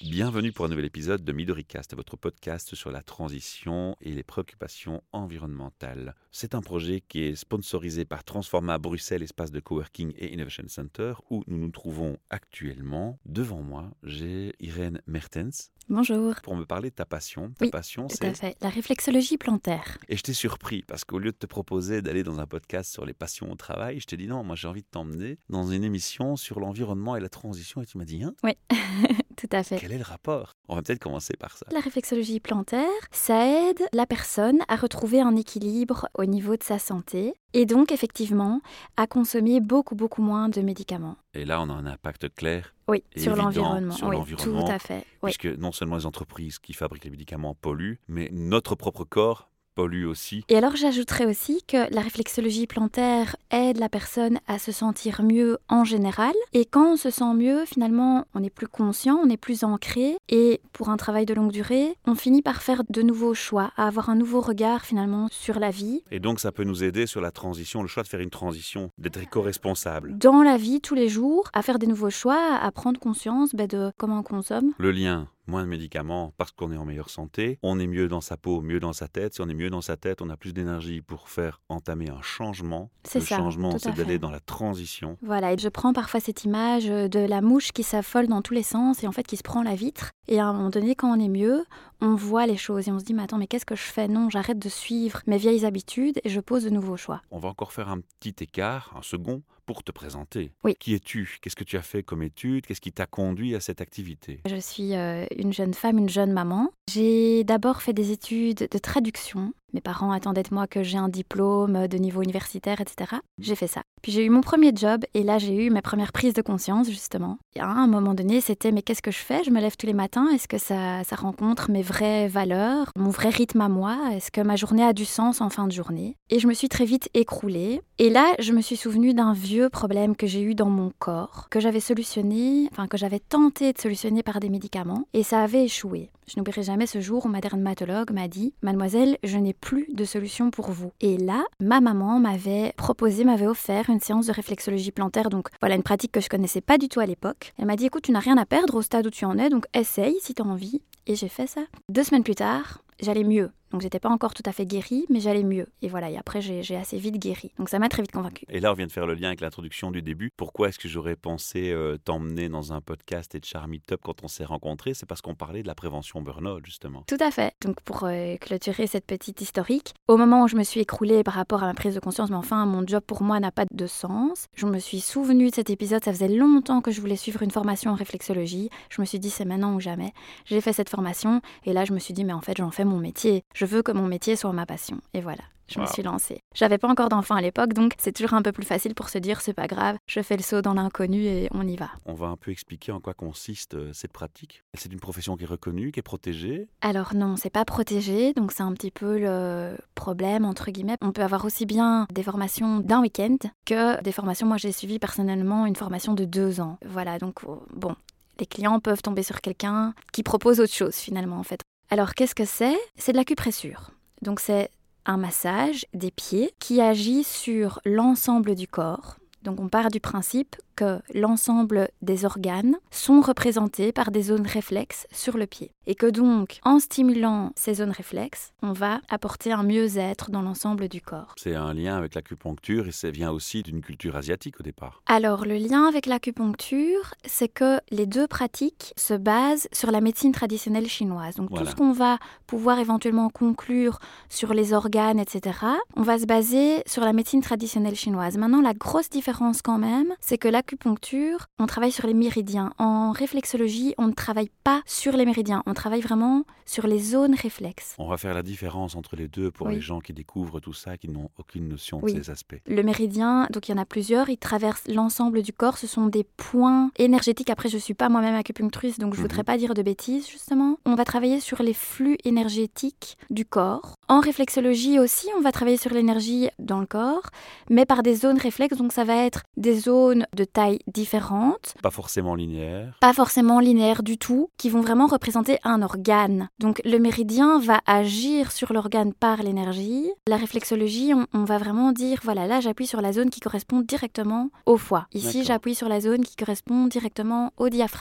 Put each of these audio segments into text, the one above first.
Bienvenue pour un nouvel épisode de MidoriCast, votre podcast sur la transition et les préoccupations environnementales. C'est un projet qui est sponsorisé par Transforma Bruxelles, espace de coworking et innovation center, où nous nous trouvons actuellement. Devant moi, j'ai Irène Mertens. Bonjour. Pour me parler de ta passion. Oui, Passion, tout c'est... à fait. La réflexologie plantaire. Et je t'ai surpris, parce qu'au lieu de te proposer d'aller dans un podcast sur les passions au travail, je t'ai dit non, moi j'ai envie de t'emmener dans une émission sur l'environnement et la transition, et tu m'as dit, hein, Oui, tout à fait. quel est le rapport? On va peut-être commencer par ça. La réflexologie plantaire, ça aide la personne à retrouver un équilibre au niveau de sa santé et donc effectivement à consommer beaucoup moins de médicaments. Et là, on a un impact clair. Oui, Et sur évident l'environnement. sur Oui, l'environnement, tout à fait. Oui. Puisque non seulement les entreprises qui fabriquent les médicaments polluent, mais notre propre corps pollue aussi. Et alors j'ajouterais aussi que la réflexologie plantaire aide la personne à se sentir mieux en général. Et quand on se sent mieux, finalement, on est plus conscient, on est plus ancré. Et pour un travail de longue durée, on finit par faire de nouveaux choix, à avoir un nouveau regard finalement sur la vie. Et donc ça peut nous aider sur la transition, le choix de faire une transition, d'être éco-responsable. Dans la vie, tous les jours, à faire des nouveaux choix, à prendre conscience de comment on consomme. Le lien, moins de médicaments parce qu'on est en meilleure santé, on est mieux dans sa peau, mieux dans sa tête. Si on est mieux dans sa tête, on a plus d'énergie pour faire entamer un changement. C'est le ça, changement, tout c'est à d'aller fait. dans la transition. Voilà, et je prends parfois cette image de la mouche qui s'affole dans tous les sens et en fait qui se prend la vitre. Et à un moment donné, quand on est mieux, on voit les choses et on se dit mais attends, mais qu'est-ce que je fais? Non, j'arrête de suivre mes vieilles habitudes et je pose de nouveaux choix. On va encore faire un petit écart, un second, pour te présenter. Oui. Qui es-tu? Qu'est-ce que tu as fait comme étude? Qu'est-ce qui t'a conduit à cette activité? Je suis une jeune femme, une jeune maman. J'ai d'abord fait des études de traduction. Mes parents attendaient de moi que j'ai un diplôme de niveau universitaire, etc. J'ai fait ça. Puis j'ai eu mon premier job et là j'ai eu ma première prise de conscience justement. Et à un moment donné, c'était mais qu'est-ce que je fais? Je me lève tous les matins. Est-ce que ça rencontre mes vraies valeurs, mon vrai rythme à moi? Est-ce que ma journée a du sens en fin de journée? Et je me suis très vite écroulée. Et là, je me suis souvenue d'un vieux problème que j'ai eu dans mon corps, que j'avais solutionné, que j'avais tenté de solutionner par des médicaments et ça avait échoué. Je n'oublierai jamais ce jour où ma dermatologue m'a dit « Mademoiselle, je n'ai plus de solution pour vous ». Et là, ma maman m'avait offert une séance de réflexologie plantaire. Donc voilà, une pratique que je connaissais pas du tout à l'époque. Elle m'a dit « Écoute, tu n'as rien à perdre au stade où tu en es, donc essaye si tu as envie ». Et j'ai fait ça. 2 semaines plus tard, j'allais mieux. Donc j'étais pas encore tout à fait guérie, mais j'allais mieux. Et voilà, et après j'ai assez vite guéri. Donc ça m'a très vite convaincue. Et là, on vient de faire le lien avec l'introduction du début. Pourquoi est-ce que j'aurais pensé t'emmener dans un podcast et de Charmy Top quand on s'est rencontrés? C'est parce qu'on parlait de la prévention burn-out, justement. Tout à fait. Donc pour clôturer cette petite historique, au moment où je me suis écroulée par rapport à ma prise de conscience, mais enfin mon job pour moi n'a pas de sens, je me suis souvenue de cet épisode. Ça faisait longtemps que je voulais suivre une formation en réflexologie. Je me suis dit c'est maintenant ou jamais. J'ai fait cette formation et là je me suis dit mais en fait j'en fais mon métier. Je veux que mon métier soit ma passion. Et voilà. Je me suis lancée. J'avais pas encore d'enfant à l'époque, donc c'est toujours un peu plus facile pour se dire c'est pas grave, je fais le saut dans l'inconnu et on y va. On va un peu expliquer en quoi consiste cette pratique. C'est une profession qui est reconnue, qui est protégée. Alors non, c'est pas protégé, donc c'est un petit peu le problème entre guillemets. On peut avoir aussi bien des formations d'un week-end que des formations. Moi j'ai suivi personnellement une formation de 2 ans. Voilà, donc bon, les clients peuvent tomber sur quelqu'un qui propose autre chose finalement en fait. Alors qu'est-ce que c'est? C'est de l'acupressure. Donc c'est un massage des pieds qui agit sur l'ensemble du corps. Donc on part du principe que l'ensemble des organes sont représentés par des zones réflexes sur le pied. Et que donc, en stimulant ces zones réflexes, on va apporter un mieux-être dans l'ensemble du corps. C'est un lien avec l'acupuncture et ça vient aussi d'une culture asiatique au départ. Alors, le lien avec l'acupuncture, c'est que les deux pratiques se basent sur la médecine traditionnelle chinoise. Donc, Voilà. Tout ce qu'on va pouvoir éventuellement conclure sur les organes, etc., on va se baser sur la médecine traditionnelle chinoise. Maintenant, la grosse différence quand même, c'est que l'acupuncture, on travaille sur les méridiens. En réflexologie, on ne travaille pas sur les méridiens. On travaille vraiment sur les zones réflexes. On va faire la différence entre les deux pour Oui. les gens qui découvrent tout ça, qui n'ont aucune notion de Oui. ces aspects. Le méridien, donc il y en a plusieurs, il traverse l'ensemble du corps. Ce sont des points énergétiques. Après, je ne suis pas moi-même acupunctrice, donc je ne voudrais pas dire de bêtises, justement. On va travailler sur les flux énergétiques du corps. En réflexologie aussi, on va travailler sur l'énergie dans le corps, mais par des zones réflexes. Donc ça va être des zones de taille différente. Pas forcément linéaire. Pas forcément linéaires du tout, qui vont vraiment représenter un organe. Donc le méridien va agir sur l'organe par l'énergie. La réflexologie, on va vraiment dire, voilà, là j'appuie sur la zone qui correspond directement au foie. Ici, D'accord. j'appuie sur la zone qui correspond directement au diaphragme.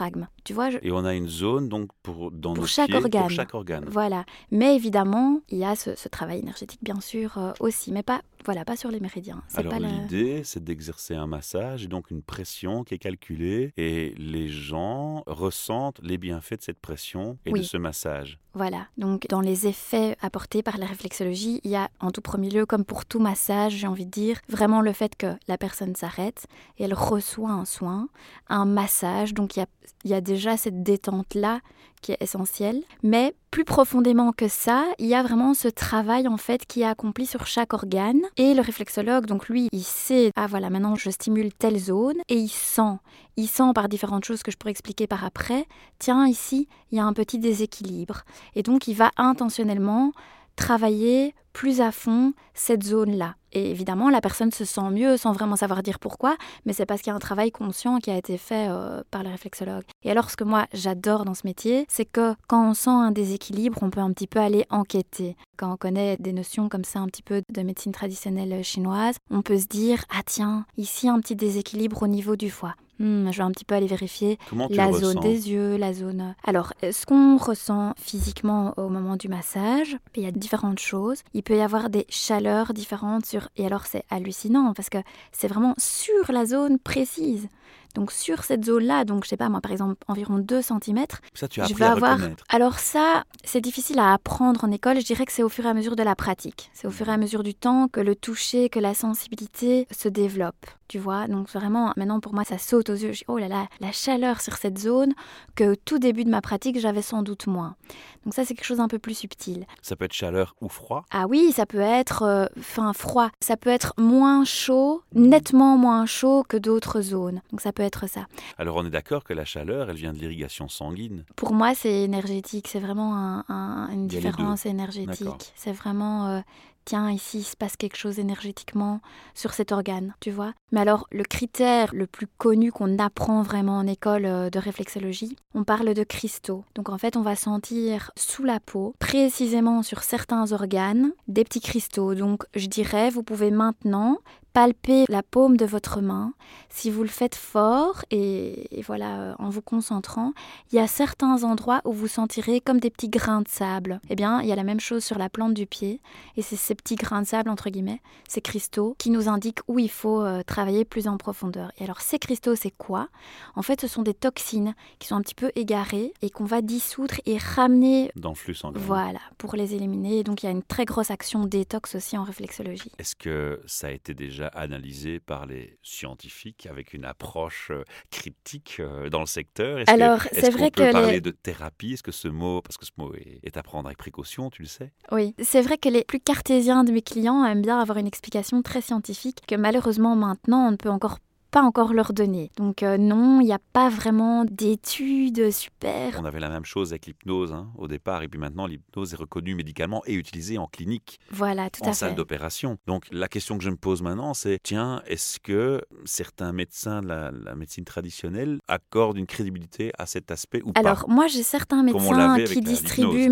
Tu vois, Et on a une zone donc dans nos chaque pieds, organe. pour chaque organe. Voilà. Mais évidemment, il y a ce travail énergétique, bien sûr, aussi. Mais pas sur les méridiens. Alors l'idée, c'est d'exercer un massage et donc une pression qui est calculée. Et les gens ressentent les bienfaits de cette pression et de ce massage. Voilà, donc dans les effets apportés par la réflexologie, il y a en tout premier lieu, comme pour tout massage, j'ai envie de dire, vraiment le fait que la personne s'arrête et elle reçoit un soin, un massage, donc il y a déjà cette détente-là qui est essentielle. Mais plus profondément que ça, il y a vraiment ce travail en fait qui est accompli sur chaque organe. Et le réflexologue, donc lui, il sait, ah voilà, maintenant je stimule telle zone et il sent par différentes choses que je pourrais expliquer par après, tiens, ici, il y a un petit déséquilibre. Et donc, il va intentionnellement travailler plus à fond cette zone-là. Et évidemment, la personne se sent mieux sans vraiment savoir dire pourquoi, mais c'est parce qu'il y a un travail conscient qui a été fait par le réflexologue. Et alors, ce que moi, j'adore dans ce métier, c'est que quand on sent un déséquilibre, on peut un petit peu aller enquêter. Quand on connaît des notions comme ça, un petit peu de médecine traditionnelle chinoise, on peut se dire, ah tiens, ici, un petit déséquilibre au niveau du foie. Je vais un petit peu aller vérifier la zone des yeux, la zone... Alors, ce qu'on ressent physiquement au moment du massage, il y a différentes choses. Il peut y avoir des chaleurs différentes et alors c'est hallucinant parce que c'est vraiment sur la zone précise. Donc sur cette zone-là, donc je sais pas moi, par exemple environ 2 cm, ça, tu as appris à reconnaître. Alors ça, c'est difficile à apprendre en école. Je dirais que c'est au fur et à mesure de la pratique. C'est au fur et à mesure du temps que le toucher, que la sensibilité se développe. Tu vois, donc vraiment, maintenant pour moi, ça saute aux yeux. Je dis, oh là là, la chaleur sur cette zone que au tout début de ma pratique, j'avais sans doute moins. Donc ça, c'est quelque chose un peu plus subtil. Ça peut être chaleur ou froid? Ah oui, ça peut être froid. Ça peut être moins chaud, nettement moins chaud que d'autres zones. Donc ça peut être ça. Alors on est d'accord que la chaleur, elle vient de l'irrigation sanguine? Pour moi, c'est énergétique. C'est vraiment une différence énergétique. D'accord. C'est vraiment... tiens, ici, il se passe quelque chose énergétiquement sur cet organe, tu vois. Mais alors, le critère le plus connu qu'on apprend vraiment en école de réflexologie, on parle de cristaux. Donc en fait, on va sentir sous la peau, précisément sur certains organes, des petits cristaux. Donc je dirais, vous pouvez maintenant palper la paume de votre main. Si vous le faites fort et voilà, en vous concentrant, il y a certains endroits où vous sentirez comme des petits grains de sable. Eh bien, il y a la même chose sur la plante du pied. Et c'est ces petits grains de sable, entre guillemets, ces cristaux, qui nous indiquent où il faut travailler plus en profondeur. Et alors, ces cristaux, c'est quoi? En fait, ce sont des toxines qui sont un petit peu égarées et qu'on va dissoudre et ramener dans le flux sanguin. Voilà, pour les éliminer. Et donc, il y a une très grosse action détox aussi en réflexologie. Est-ce que ça a été déjà analysé par les scientifiques avec une approche critique dans le secteur? Est-ce qu'on peut parler de thérapie? Est-ce que ce mot, parce que ce mot est à prendre avec précaution, tu le sais? Oui, c'est vrai que les plus cartésiens de mes clients aiment bien avoir une explication très scientifique que malheureusement maintenant on ne peut pas encore leur donner. Donc non, il n'y a pas vraiment d'études super. On avait la même chose avec l'hypnose au départ, et puis maintenant l'hypnose est reconnue médicalement et utilisée en clinique, voilà, tout à fait, en salle d'opération. Donc la question que je me pose maintenant, c'est, tiens, est-ce que certains médecins de la médecine traditionnelle accordent une crédibilité à cet aspect ou pas? Alors moi j'ai certains médecins qui distribuent,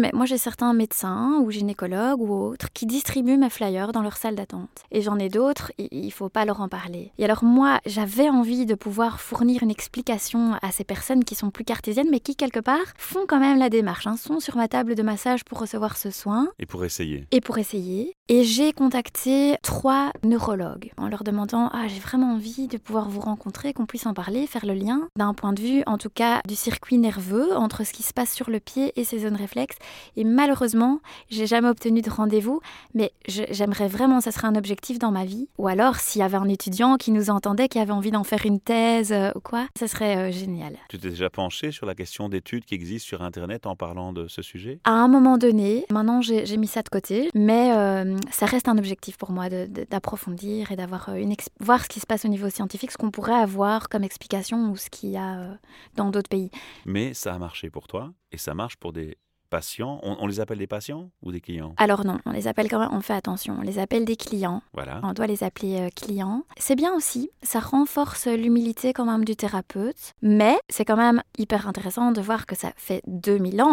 ou gynécologues ou autres, qui distribuent mes flyers dans leur salle d'attente. Et j'en ai d'autres, il ne faut pas leur en parler. Et alors moi, j'avais envie de pouvoir fournir une explication à ces personnes qui sont plus cartésiennes, mais qui, quelque part, font quand même la démarche, sont sur ma table de massage pour recevoir ce soin. Et pour essayer. Et j'ai contacté 3 neurologues en leur demandant « Ah, j'ai vraiment envie de pouvoir vous rencontrer, qu'on puisse en parler, faire le lien d'un point de vue, en tout cas, du circuit nerveux entre ce qui se passe sur le pied et ses zones réflexes. » Et malheureusement, j'ai jamais obtenu de rendez-vous, mais j'aimerais vraiment, ça serait un objectif dans ma vie. Ou alors, s'il y avait un étudiant qui nous entendait, qui avait envie d'en faire une thèse ou quoi, ça serait génial. Tu t'es déjà penché sur la question d'études qui existent sur Internet en parlant de ce sujet? À un moment donné, maintenant j'ai mis ça de côté, mais ça reste un objectif pour moi d'approfondir et d'avoir voir ce qui se passe au niveau scientifique, ce qu'on pourrait avoir comme explication ou ce qu'il y a dans d'autres pays. Mais ça a marché pour toi et ça marche pour des patients. On les appelle des patients ou des clients? Alors non, on les appelle quand même, on fait attention, on les appelle des clients. Voilà. On doit les appeler clients. C'est bien aussi, ça renforce l'humilité quand même du thérapeute, mais c'est quand même hyper intéressant de voir que ça fait 2000 ans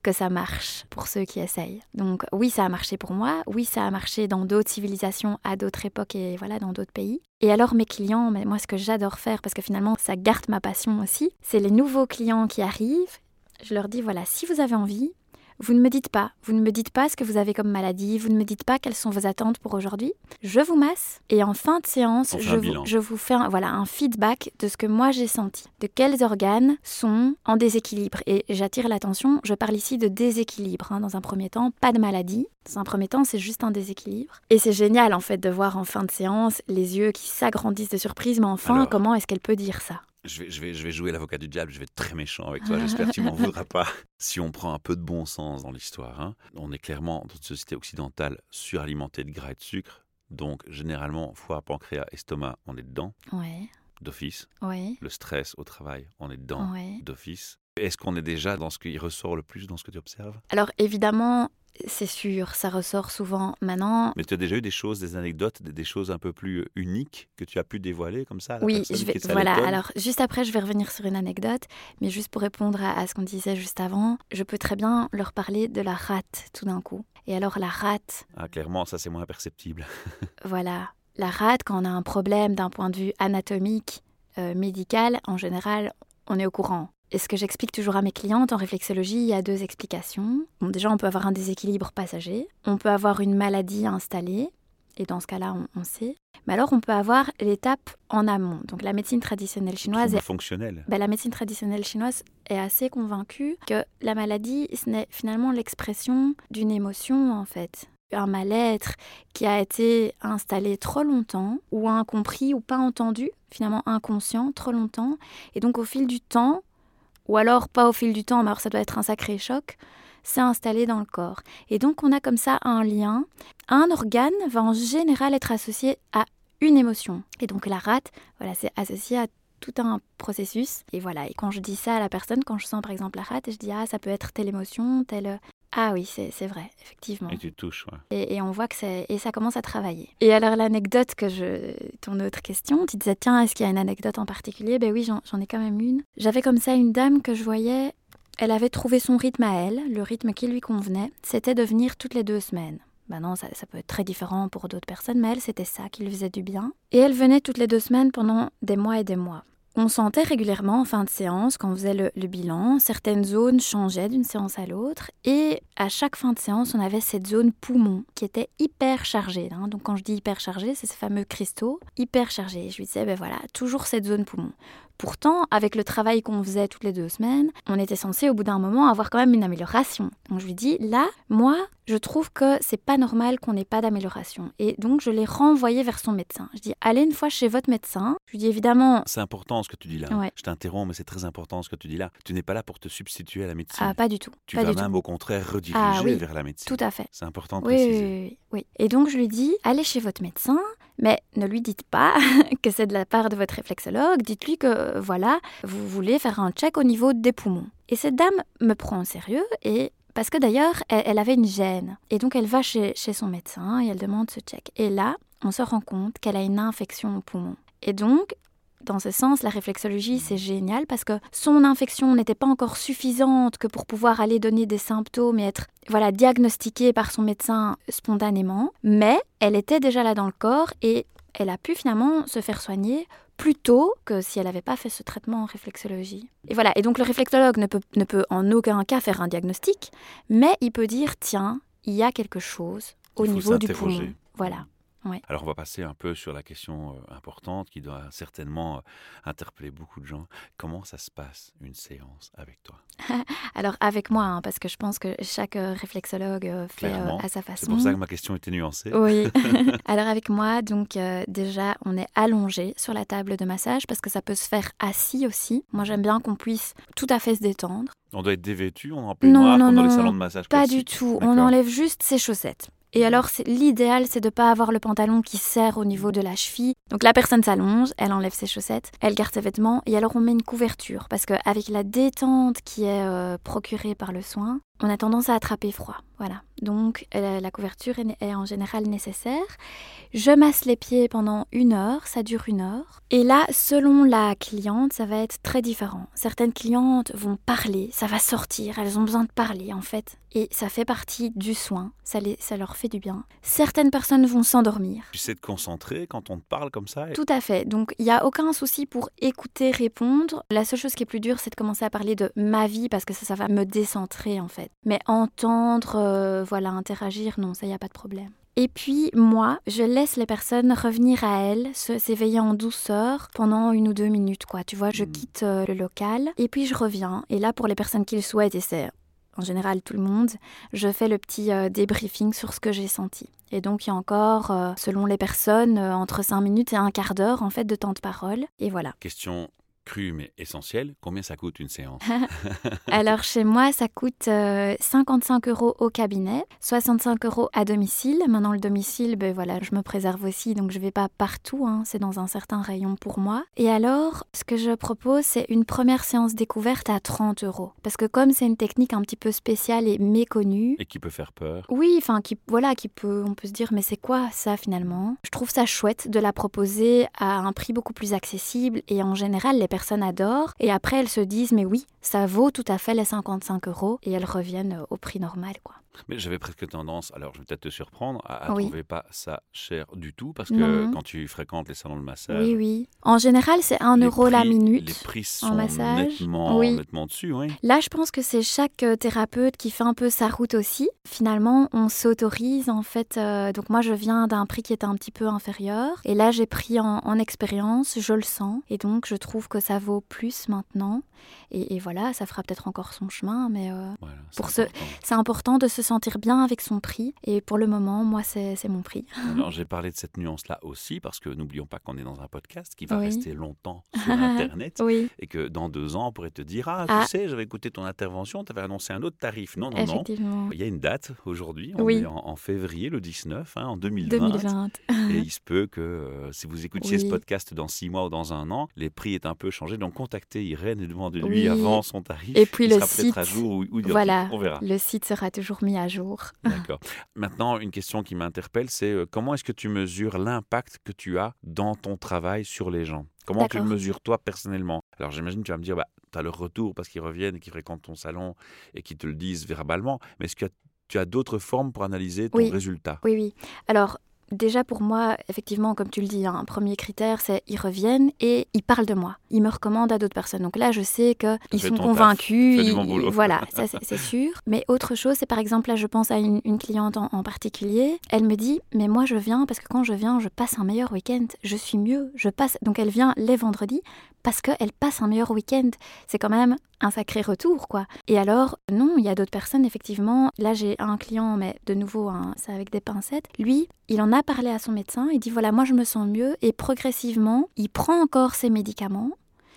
que ça marche pour ceux qui essayent. Donc oui, ça a marché pour moi. Oui, ça a marché dans d'autres civilisations, à d'autres époques et voilà, dans d'autres pays. Et alors mes clients, mais moi ce que j'adore faire, parce que finalement ça garde ma passion aussi, c'est les nouveaux clients qui arrivent. Je leur dis, voilà, si vous avez envie, vous ne me dites pas ce que vous avez comme maladie, vous ne me dites pas quelles sont vos attentes pour aujourd'hui. Je vous masse et en fin de séance, je vous fais un feedback de ce que moi j'ai senti, de quels organes sont en déséquilibre. Et j'attire l'attention, je parle ici de déséquilibre dans un premier temps, pas de maladie. Dans un premier temps, c'est juste un déséquilibre. Et c'est génial en fait de voir en fin de séance les yeux qui s'agrandissent de surprise, mais enfin, alors, comment est-ce qu'elle peut dire ça ? Je vais jouer l'avocat du diable, je vais être très méchant avec toi, j'espère que tu m'en voudras pas. Si on prend un peu de bon sens dans l'histoire, on est clairement dans une société occidentale suralimentée de gras et de sucre, donc généralement, foie, pancréas, estomac, on est dedans, d'office. Le stress au travail, on est dedans, d'office. Est-ce qu'on est déjà dans ce qui ressort le plus dans ce que tu observes ? Alors évidemment, c'est sûr, ça ressort souvent maintenant. Mais tu as déjà eu des anecdotes, des choses un peu plus uniques que tu as pu dévoiler comme ça à la Oui, personne alors juste après, je vais revenir sur une anecdote, mais juste pour répondre à ce qu'on disait juste avant, je peux très bien leur parler de la rate tout d'un coup. Et alors la rate... Ah, clairement, ça c'est moins perceptible. Voilà, la rate, quand on a un problème d'un point de vue anatomique, médical, en général, on est au courant. Et ce que j'explique toujours à mes clientes en réflexologie, il y a 2 explications. Bon, déjà, on peut avoir un déséquilibre passager, on peut avoir une maladie installée, et dans ce cas-là, on sait. Mais alors, on peut avoir l'étape en amont. Donc, la médecine traditionnelle chinoise... fonctionnelle. La médecine traditionnelle chinoise est assez convaincue que la maladie, ce n'est finalement l'expression d'une émotion, en fait. Un mal-être qui a été installé trop longtemps, ou incompris, ou pas entendu, finalement inconscient, trop longtemps. Et donc, au fil du temps... ou alors pas au fil du temps, mais alors ça doit être un sacré choc, c'est installé dans le corps. Et donc on a comme ça un lien. Un organe va en général être associé à une émotion. Et donc la rate, voilà, c'est associé à tout un processus. Et voilà, et quand je dis ça à la personne, quand je sens par exemple la rate, je dis ça peut être telle émotion, telle... Ah oui, c'est vrai, effectivement. Et tu touches, ouais. Et on voit que ça commence à travailler. Et alors l'anecdote ton autre question, tu disais, tiens, est-ce qu'il y a une anecdote en particulier ? Ben oui, j'en ai quand même une. J'avais comme ça une dame que je voyais, elle avait trouvé son rythme à elle, le rythme qui lui convenait, c'était de venir toutes les 2 semaines. Ben non, ça peut être très différent pour d'autres personnes, mais elle, c'était ça qui lui faisait du bien. Et elle venait toutes les 2 semaines pendant des mois et des mois. On sentait régulièrement en fin de séance, quand on faisait le bilan, certaines zones changeaient d'une séance à l'autre. Et à chaque fin de séance, on avait cette zone poumon qui était hyper chargée. Donc quand je dis hyper chargée, c'est ces fameux cristaux hyper chargés. Je lui disais, ben voilà, toujours cette zone poumon. Pourtant, avec le travail qu'on faisait toutes les 2 semaines, on était censé au bout d'un moment avoir quand même une amélioration. Donc je lui dis, là, moi, je trouve que c'est pas normal qu'on n'ait pas d'amélioration. Et donc je l'ai renvoyé vers son médecin. Je dis, allez une fois chez votre médecin. Je lui dis évidemment... C'est important ce que tu dis là. Ouais. Je t'interromps, mais c'est très important ce que tu dis là. Tu n'es pas là pour te substituer à la médecine. Ah, pas du tout. Tu vas même au contraire rediriger vers la médecine. Tout à fait. C'est important de préciser. Oui. Et donc je lui dis, allez chez votre médecin, mais ne lui dites pas que c'est de la part de votre réflexologue. Dites-lui que, voilà, vous voulez faire un check au niveau des poumons. Et cette dame me prend au sérieux et... Parce que d'ailleurs, elle avait une gêne. Et donc, elle va chez son médecin et elle demande ce check. Et là, on se rend compte qu'elle a une infection au poumon. Et donc, dans ce sens, la réflexologie, c'est génial parce que son infection n'était pas encore suffisante que pour pouvoir aller donner des symptômes et être diagnostiquée par son médecin spontanément. Mais elle était déjà là dans le corps et elle a pu finalement se faire soigner plus tôt que si elle n'avait pas fait ce traitement en réflexologie. Et voilà, et donc le réflexologue ne peut en aucun cas faire un diagnostic, mais il peut dire, tiens, il y a quelque chose au niveau du poumon. Voilà. Ouais. Alors on va passer un peu sur la question importante qui doit certainement interpeller beaucoup de gens. Comment ça se passe une séance avec toi ? Alors avec moi, parce que je pense que chaque réflexologue fait à sa façon. C'est pour ça que ma question était nuancée. Oui. Alors avec moi, donc déjà on est allongé sur la table de massage parce que ça peut se faire assis aussi. Moi j'aime bien qu'on puisse tout à fait se détendre. On doit être dévêtu, on est en peignoir comme dans les salons de massage pas classiques. du tout. D'accord. On enlève juste ses chaussettes. Et alors, l'idéal, c'est de ne pas avoir le pantalon qui serre au niveau de la cheville. Donc la personne s'allonge, elle enlève ses chaussettes, elle garde ses vêtements et alors on met une couverture. Parce qu'avec la détente qui est procurée par le soin, on a tendance à attraper froid. Voilà. Donc, la couverture est en général nécessaire. Je masse les pieds pendant 1 heure, ça dure 1 heure. Et là, selon la cliente, ça va être très différent. Certaines clientes vont parler, ça va sortir, elles ont besoin de parler en fait. Et ça fait partie du soin, ça leur fait du bien. Certaines personnes vont s'endormir. Tu sais te concentrer quand on te parle comme ça Tout à fait. Donc, il n'y a aucun souci pour écouter, répondre. La seule chose qui est plus dure, c'est de commencer à parler de ma vie parce que ça va me décentrer en fait. Mais entendre, interagir, non, ça, il n'y a pas de problème. Et puis, moi, je laisse les personnes revenir à elles, s'éveiller en douceur pendant 1 ou 2 minutes, quoi. Tu vois, je quitte le local et puis je reviens. Et là, pour les personnes qui le souhaitent, et c'est en général tout le monde, je fais le petit débriefing sur ce que j'ai senti. Et donc, il y a encore, selon les personnes, entre 5 minutes et 1/4 d'heure, en fait, de temps de parole. Et voilà. Question crue mais essentielle, combien ça coûte une séance? Alors chez moi, ça coûte 55 € au cabinet, 65 € à domicile. Maintenant le domicile, je me préserve aussi, donc je ne vais pas partout, c'est dans un certain rayon pour moi. Et alors, ce que je propose, c'est une première séance découverte à 30 €. Parce que comme c'est une technique un petit peu spéciale et méconnue... Et qui peut faire peur. Oui, on peut se dire, mais c'est quoi ça finalement? Je trouve ça chouette de la proposer à un prix beaucoup plus accessible et en général, les personnes adorent et après elles se disent mais oui, ça vaut tout à fait les 55 € et elles reviennent au prix normal, quoi. Mais j'avais presque tendance, alors je vais peut-être te surprendre, à Oui. trouver pas ça cher du tout parce que Non. quand tu fréquentes les salons de massage... Oui. En général, c'est 1 € la minute. Les prix sont massage. nettement dessus, oui. Là, je pense que c'est chaque thérapeute qui fait un peu sa route aussi. Finalement, on s'autorise en fait. Donc moi, je viens d'un prix qui était un petit peu inférieur. Et là, j'ai pris en expérience, je le sens. Et donc, je trouve que ça vaut plus maintenant. Et voilà, ça fera peut-être encore son chemin. Mais c'est important de se sentir bien avec son prix. Et pour le moment, moi, c'est mon prix. Alors, j'ai parlé de cette nuance-là aussi parce que n'oublions pas qu'on est dans un podcast qui va Oui. rester longtemps sur Internet. Oui. Et que dans 2 ans, on pourrait te dire tu sais, j'avais écouté ton intervention, tu avais annoncé un autre tarif. Non. Effectivement. Il y a une date aujourd'hui, on est en février, le 19, en 2020. Et il se peut que si vous écoutiez ce podcast dans 6 mois ou dans 1 an, les prix aient un peu changé. Donc contactez Irène et demandez-lui avant son tarif. Et puis il le sera site, peut-être à jour ou on verra. Le site sera toujours mis à jour. D'accord. Maintenant, une question qui m'interpelle, c'est comment est-ce que tu mesures l'impact que tu as dans ton travail sur les gens? Comment tu le mesures toi personnellement? Alors j'imagine que tu vas me dire, tu as leur retour parce qu'ils reviennent et qu'ils fréquentent ton salon et qu'ils te le disent verbalement, mais est-ce que tu as d'autres formes pour analyser ton résultat? Oui. Alors, déjà pour moi, effectivement, comme tu le dis, un premier critère, c'est ils reviennent et ils parlent de moi. Ils me recommandent à d'autres personnes. Donc là, je sais qu'ils sont convaincus. Fais du bon boulot. Voilà, ça c'est sûr. Mais autre chose, c'est par exemple, là, je pense à une cliente en particulier. Elle me dit, mais moi je viens parce que quand je viens, je passe un meilleur week-end. Je suis mieux, je passe. Donc elle vient les vendredis parce qu'elle passe un meilleur week-end. C'est quand même un sacré retour, quoi. Et alors, non, il y a d'autres personnes, effectivement. Là, j'ai un client, mais de nouveau, c'est avec des pincettes. Lui, il en a parlé à son médecin. Il dit, voilà, moi, je me sens mieux. Et progressivement, il prend encore ses médicaments,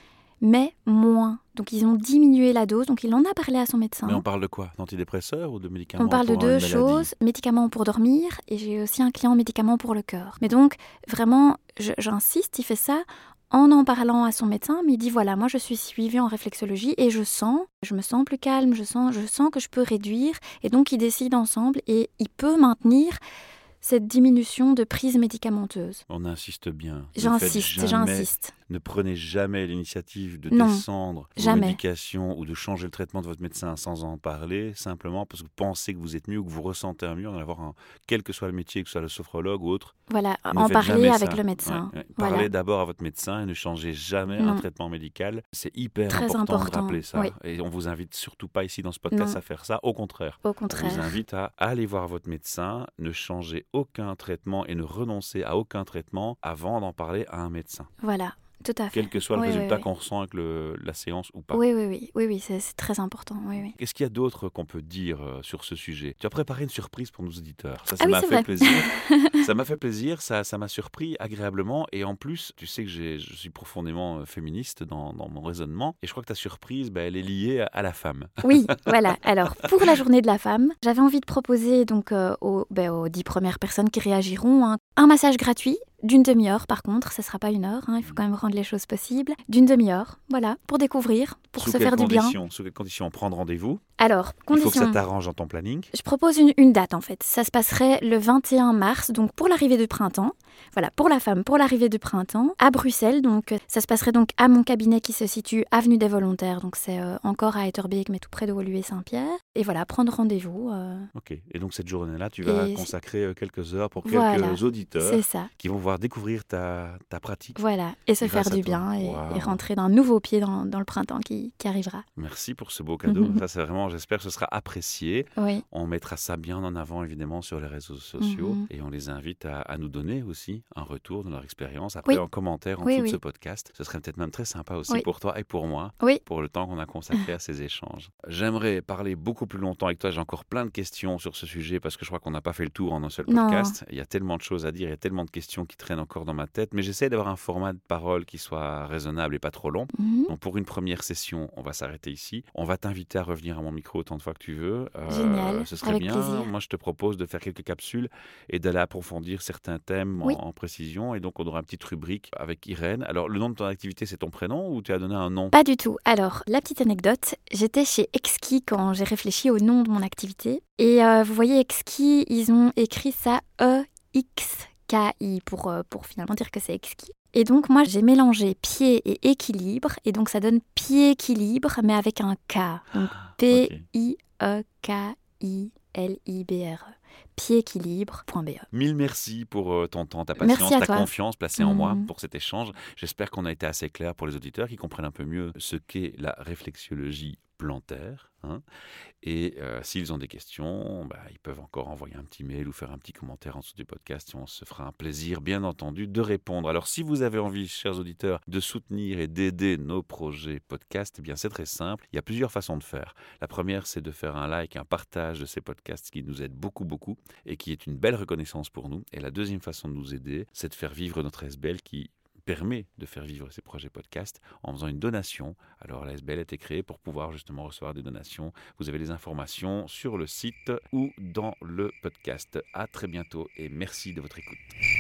mais moins. Donc, ils ont diminué la dose. Donc, il en a parlé à son médecin. Mais on parle de quoi? D'antidépresseurs ou de médicaments? On parle de 2 choses. Médicaments pour dormir et j'ai aussi un client médicaments pour le cœur. Mais donc, vraiment, j'insiste, il fait ça en parlant à son médecin, mais il dit voilà, moi je suis suivie en réflexologie et je me sens plus calme, je sens que je peux réduire et donc ils décident ensemble et il peut maintenir cette diminution de prise médicamenteuse. On insiste bien. J'insiste. Ne prenez jamais l'initiative de Non, descendre vos jamais. médications ou de changer le traitement de votre médecin sans en parler, simplement parce que vous pensez que vous êtes mieux ou que vous ressentez un mieux, quel que soit le métier, que ce soit le sophrologue ou autre. Voilà, en parler avec le médecin. Parlez voilà. d'abord à votre médecin et ne changez jamais un traitement médical. C'est hyper Très important de rappeler ça. Oui. Et on vous invite surtout pas ici dans ce podcast à faire ça. Au contraire. On vous invite à aller voir votre médecin, ne changer aucun traitement et ne renoncer à aucun traitement avant d'en parler à un médecin. Voilà. Tout à fait. Quel que soit le résultat qu'on ressent avec la séance ou pas. Oui, c'est très important. Oui. Qu'est-ce qu'il y a d'autre qu'on peut dire sur ce sujet? Tu as préparé une surprise pour nos auditeurs. Ça oui, m'a fait vrai. plaisir. Ça m'a fait plaisir, ça m'a surpris agréablement. Et en plus, tu sais que je suis profondément féministe dans mon raisonnement. Et je crois que ta surprise, elle est liée à la femme. Oui, voilà. Alors, pour la journée de la femme, j'avais envie de proposer donc aux 10 premières personnes qui réagiront un massage gratuit d'une demi-heure par contre, ça ne sera pas 1 heure, il faut quand même rendre les choses possibles. D'une demi-heure, voilà, pour découvrir, pour se faire du bien. Sous quelles conditions on prend rendez-vous? Alors, Il faut que ça t'arrange dans ton planning. Je propose une date en fait. Ça se passerait le 21 mars, donc pour l'arrivée du printemps. Voilà, pour la femme, pour l'arrivée du printemps, à Bruxelles. Donc, ça se passerait donc à mon cabinet qui se situe avenue des Volontaires. Donc, c'est encore à Etterbeek, mais tout près de Woluwe-Saint-Pierre. Et voilà, prendre rendez-vous. Ok, et donc cette journée-là, tu vas consacrer quelques heures pour quelques auditeurs qui vont pouvoir découvrir ta pratique. Voilà, et se faire du bien et rentrer d'un nouveau pied dans le printemps qui arrivera. Merci pour ce beau cadeau. Ça, c'est vraiment, j'espère que ce sera apprécié. Oui. On mettra ça bien en avant, évidemment, sur les réseaux sociaux. Et on les invite à nous donner aussi un retour de leur expérience. Après, en commentaire en dessous de ce podcast. Ce serait peut-être même très sympa aussi pour toi et pour moi, pour le temps qu'on a consacré à ces échanges. J'aimerais parler beaucoup plus longtemps avec toi. J'ai encore plein de questions sur ce sujet parce que je crois qu'on n'a pas fait le tour en un seul podcast. Il y a tellement de choses à dire, il y a tellement de questions qui traînent encore dans ma tête. Mais j'essaie d'avoir un format de parole qui soit raisonnable et pas trop long. Donc pour une première session, on va s'arrêter ici. On va t'inviter à revenir à mon micro autant de fois que tu veux. Génial, ce serait avec bien. plaisir. Moi, je te propose de faire quelques capsules et d'aller approfondir certains thèmes en précision. Et donc, on aura une petite rubrique avec Irène. Alors, le nom de ton activité, c'est ton prénom ou tu as donné un nom? Pas du tout. Alors, la petite anecdote, j'étais chez Exki quand j'ai réfléchi au nom de mon activité. Et vous voyez, Exki, ils ont écrit ça E-X-K-I pour finalement dire que c'est Exki. Et donc, moi, j'ai mélangé pied et équilibre. Et donc, ça donne pied-équilibre, mais avec un K. Donc, P-I-E-K-I-L-I-B-R-E. Piedéquilibre.be. Mille merci pour ton temps, ta patience, ta confiance placée en moi pour cet échange. J'espère qu'on a été assez clair pour les auditeurs qui comprennent un peu mieux ce qu'est la réflexologie plantaire. Et s'ils ont des questions, ils peuvent encore envoyer un petit mail ou faire un petit commentaire en dessous du podcast. On se fera un plaisir, bien entendu, de répondre. Alors, si vous avez envie, chers auditeurs, de soutenir et d'aider nos projets podcast, eh bien, c'est très simple. Il y a plusieurs façons de faire. La première, c'est de faire un like, un partage de ces podcasts qui nous aide beaucoup, beaucoup et qui est une belle reconnaissance pour nous. Et la deuxième façon de nous aider, c'est de faire vivre notre SBL qui permet de faire vivre ces projets podcast en faisant une donation. Alors la SBL a été créée pour pouvoir justement recevoir des donations. Vous avez les informations sur le site ou dans le podcast. À très bientôt et merci de votre écoute.